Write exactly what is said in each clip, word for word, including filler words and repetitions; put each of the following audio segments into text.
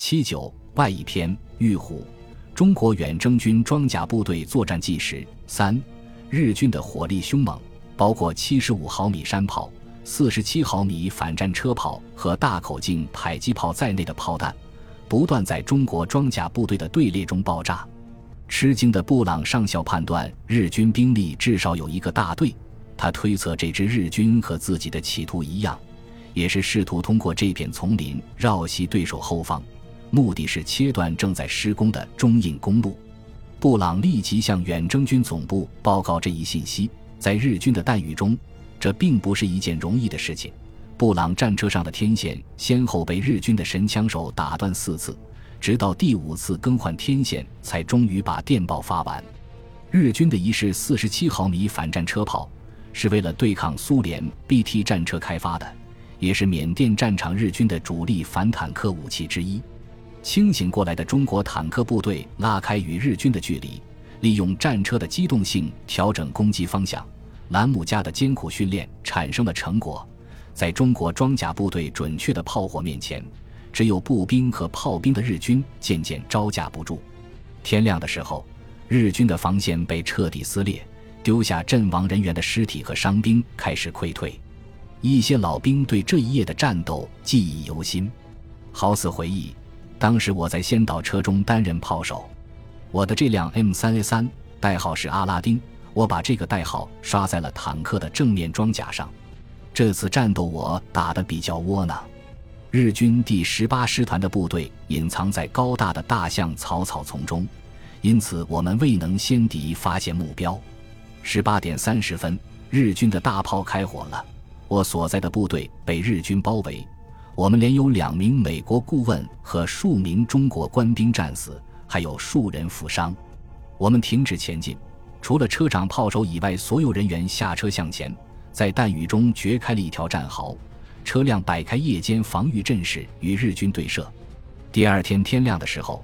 七九外一篇玉虎，中国远征军装甲部队作战纪实。三、日军的火力凶猛，包括七十五毫米山炮、四十七毫米反战车炮和大口径迫击炮在内的炮弹，不断在中国装甲部队的队列中爆炸。吃惊的布朗上校判断日军兵力至少有一个大队，他推测这支日军和自己的企图一样，也是试图通过这片丛林绕袭对手后方，目的是切断正在施工的中印公路。布朗立即向远征军总部报告这一信息。在日军的弹雨中，这并不是一件容易的事情。布朗战车上的天线先后被日军的神枪手打断四次，直到第五次更换天线才终于把电报发完。日军的一式四十七毫米反战车炮是为了对抗苏联 B T 战车开发的，也是缅甸战场日军的主力反坦克武器之一。清醒过来的中国坦克部队拉开与日军的距离，利用战车的机动性调整攻击方向。兰姆加的艰苦训练产生了成果，在中国装甲部队准确的炮火面前，只有步兵和炮兵的日军渐渐招架不住。天亮的时候，日军的防线被彻底撕裂，丢下阵亡人员的尸体和伤兵开始溃退。一些老兵对这一夜的战斗记忆犹新。好似回忆，当时我在先导车中担任炮手，我的这辆 M 三 A 三 代号是阿拉丁，我把这个代号刷在了坦克的正面装甲上。这次战斗我打得比较窝囊，日军第十八师团的部队隐藏在高大的大象草草丛中，因此我们未能先敌发现目标。十八点三十分，日军的大炮开火了，我所在的部队被日军包围，我们连有两名美国顾问和数名中国官兵战死，还有数人负伤。我们停止前进，除了车长炮手以外，所有人员下车向前，在弹雨中掘开了一条战壕，车辆摆开夜间防御阵势与日军对射。第二天天亮的时候，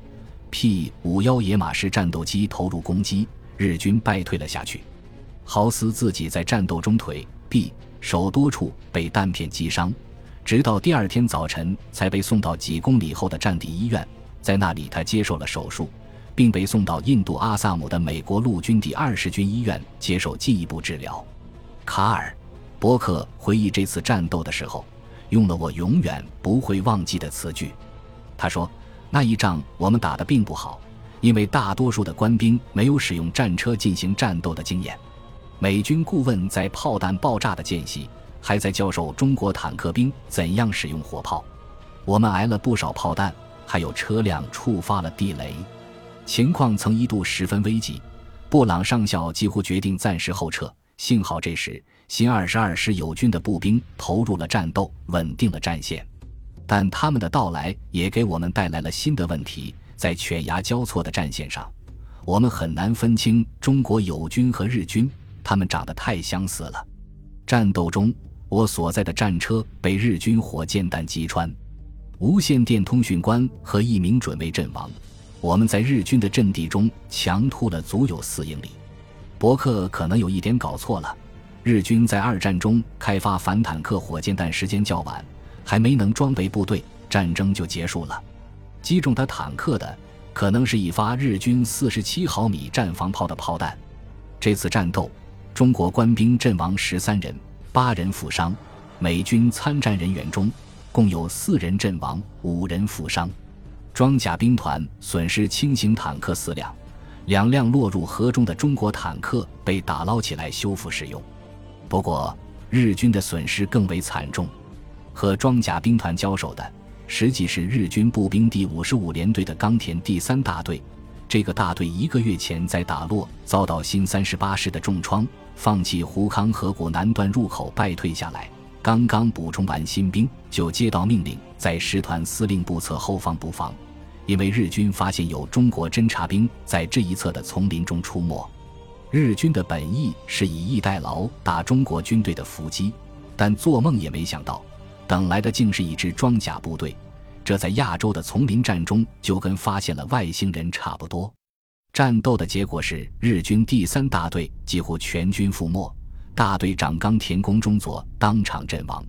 P 五十一野马式战斗机投入攻击，日军败退了下去。豪斯自己在战斗中腿、臂、手多处被弹片击伤，直到第二天早晨才被送到几公里后的战地医院，在那里他接受了手术，并被送到印度阿萨姆的美国陆军第二十军医院接受进一步治疗。卡尔·伯克回忆这次战斗的时候，用了我永远不会忘记的词句。他说，那一仗我们打得并不好，因为大多数的官兵没有使用战车进行战斗的经验。美军顾问在炮弹爆炸的间隙还在教授中国坦克兵怎样使用火炮。我们挨了不少炮弹，还有车辆触发了地雷，情况曾一度十分危急。布朗上校几乎决定暂时后撤，幸好这时新二十二师友军的步兵投入了战斗，稳定了战线。但他们的到来也给我们带来了新的问题。在犬牙交错的战线上，我们很难分清中国友军和日军，他们长得太相似了。战斗中，我所在的战车被日军火箭弹击穿，无线电通讯官和一名准尉阵亡。我们在日军的阵地中强突了足有四英里。伯克可能有一点搞错了，日军在二战中开发反坦克火箭弹时间较晚，还没能装备部队，战争就结束了。击中他坦克的可能是一发日军四十七毫米战防炮的炮弹。这次战斗，中国官兵阵亡十三人，八人负伤，美军参战人员中共有四人阵亡，五人负伤。装甲兵团损失轻型坦克四辆，两辆落入河中的中国坦克被打捞起来修复使用。不过日军的损失更为惨重，和装甲兵团交手的实际是日军步兵第五十五联队的冈田第三大队。这个大队一个月前在打洛遭到新三十八师的重创，放弃胡康河谷南段入口败退下来，刚刚补充完新兵，就接到命令在师团司令部侧后方布防，因为日军发现有中国侦察兵在这一侧的丛林中出没。日军的本意是以逸待劳，打中国军队的伏击，但做梦也没想到，等来的竟是一支装甲部队。这在亚洲的丛林战中就跟发现了外星人差不多。战斗的结果是日军第三大队几乎全军覆没，大队长冈田宫中佐当场阵亡，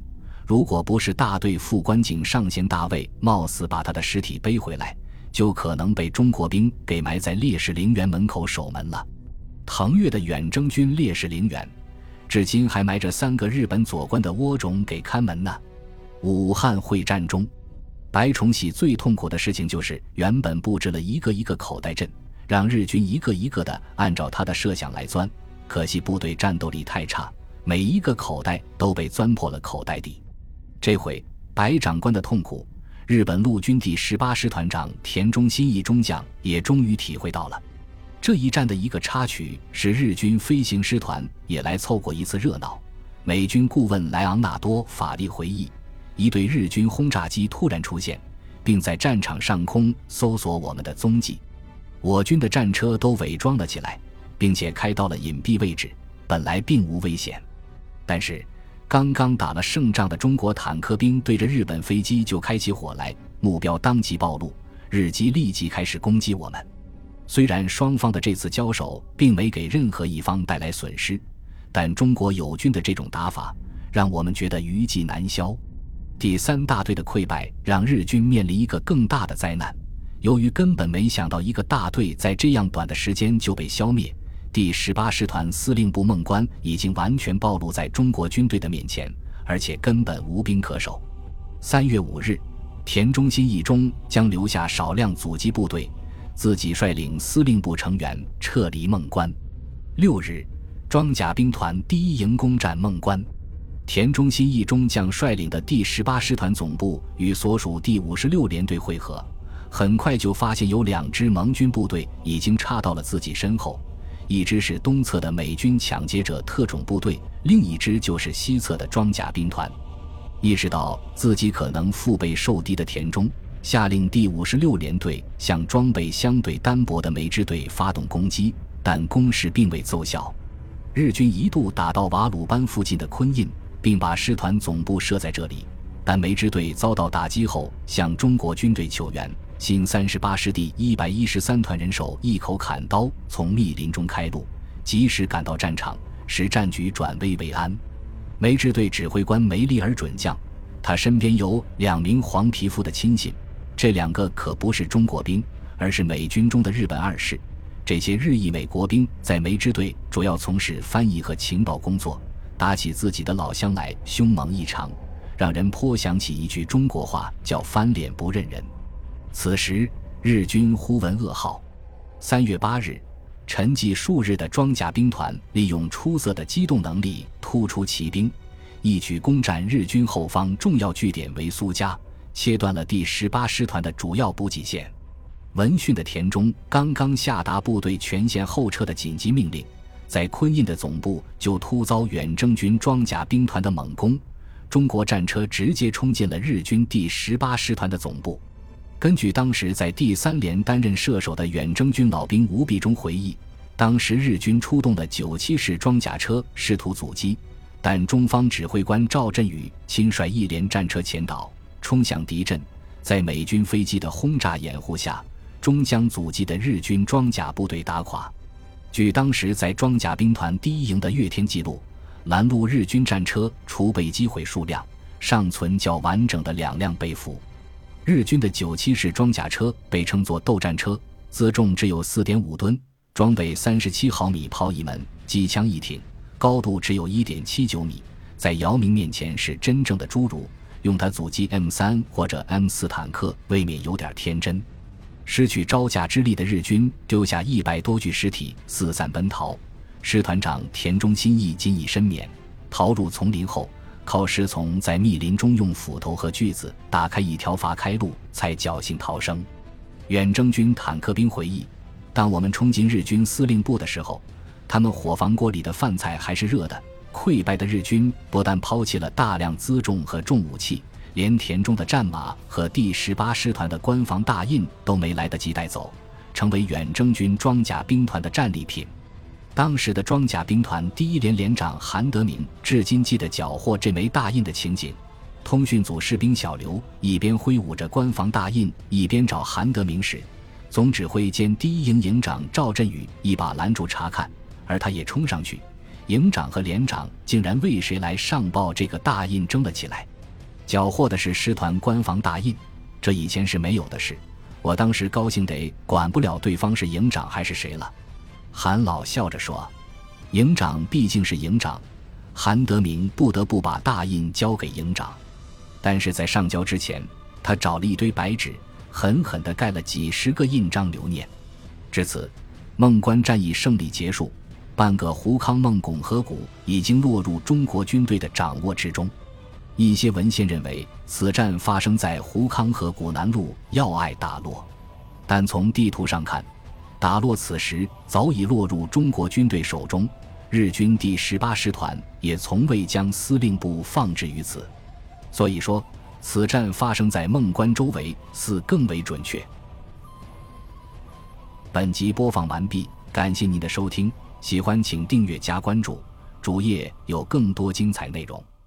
如果不是大队副官警上线大尉冒死把他的尸体背回来，就可能被中国兵给埋在烈士陵园门口守门了。腾越的远征军烈士陵园至今还埋着三个日本左官的倭种给看门呢。武汉会战中，白崇禧最痛苦的事情就是原本布置了一个一个口袋阵，让日军一个一个的按照他的设想来钻，可惜部队战斗力太差，每一个口袋都被钻破了口袋底。这回白长官的痛苦，日本陆军第十八师团长田中新义中将也终于体会到了。这一战的一个插曲是日军飞行师团也来凑过一次热闹。美军顾问莱昂纳多·法利回忆，一队日军轰炸机突然出现，并在战场上空搜索我们的踪迹。我军的战车都伪装了起来，并且开到了隐蔽位置，本来并无危险。但是刚刚打了胜仗的中国坦克兵对着日本飞机就开起火来，目标当即暴露，日机立即开始攻击我们。虽然双方的这次交手并没给任何一方带来损失，但中国友军的这种打法让我们觉得余悸难消。第三大队的溃败让日军面临一个更大的灾难，由于根本没想到一个大队在这样短的时间就被消灭，第十八师团司令部孟关已经完全暴露在中国军队的面前，而且根本无兵可守。三月五日，田中新义中将留下少量阻击部队，自己率领司令部成员撤离孟关。六日，装甲兵团第一营攻占孟关，田中新义中将率领的第十八师团总部与所属第五十六联队会合，很快就发现有两支盟军部队已经插到了自己身后，一支是东侧的美军抢劫者特种部队，另一支就是西侧的装甲兵团。意识到自己可能腹背受敌的田中下令第五十六联队向装备相对单薄的梅支队发动攻击，但攻势并未奏效。日军一度打到瓦鲁班附近的昆印，并把师团总部设在这里，但梅支队遭到打击后向中国军队求援，新三十八师第一百一十三团人手一口砍刀从密林中开路，及时赶到战场，使战局转危为安。梅支队指挥官梅利尔准将，他身边有两名黄皮肤的亲信，这两个可不是中国兵，而是美军中的日本二世。这些日裔美国兵在梅支队主要从事翻译和情报工作，打起自己的老乡来凶猛异常，让人颇想起一句中国话，叫翻脸不认人。此时日军忽闻噩耗。三月八日，沉寂数日的装甲兵团利用出色的机动能力突出骑兵，一举攻占日军后方重要据点为苏家，切断了第十八师团的主要补给线。闻讯的田中刚刚下达部队全线后撤的紧急命令，在昆印的总部就突遭远征军装甲兵团的猛攻，中国战车直接冲进了日军第十八师团的总部。根据当时在第三连担任射手的远征军老兵吴必中回忆，当时日军出动的九七式装甲车试图阻击，但中方指挥官赵振宇亲率一连战车前导冲向敌阵，在美军飞机的轰炸掩护下，终将阻击的日军装甲部队打垮。据当时在装甲兵团第一营的阅天记录，拦路日军战车除被击毁数辆，尚存较完整的两辆被俘。日军的九七式装甲车被称作斗战车，自重只有 四点五 吨，装备三十七毫米炮一门，机枪一挺，高度只有 一点七九 米，在姚明面前是真正的侏儒，用它阻击 M 三 或者 M 四 坦克未免有点天真。失去招架之力的日军丢下一百多具尸体四散奔逃，师团长田中新义仅以身免，逃入丛林后，靠师从在密林中用斧头和锯子打开一条阀开路，才侥幸逃生。远征军坦克兵回忆，当我们冲进日军司令部的时候，他们伙房锅里的饭菜还是热的。溃败的日军不但抛弃了大量辎重和重武器，连田中的战马和第十八师团的官方大印都没来得及带走，成为远征军装甲兵团的战利品。当时的装甲兵团第一连连长韩德明至今记得缴获这枚大印的情景。通讯组士兵小刘一边挥舞着官方大印，一边找韩德明时，总指挥兼第一营营长赵振宇一把拦住查看，而他也冲上去，营长和连长竟然为谁来上报这个大印争了起来。 缴获的是师团官方大印，这以前是没有的事。我当时高兴得管不了对方是营长还是谁了。韩老笑着说，营长毕竟是营长，韩德明不得不把大印交给营长。但是在上交之前，他找了一堆白纸，狠狠地盖了几十个印章留念。至此，孟关战役胜利结束，半个胡康孟拱河谷已经落入中国军队的掌握之中。一些文献认为此战发生在胡康河谷南路要隘打洛，但从地图上看，打洛此时早已落入中国军队手中，日军第十八师团也从未将司令部放置于此，所以说此战发生在孟关周围似更为准确。本集播放完毕，感谢您的收听，喜欢请订阅加关注，主页有更多精彩内容。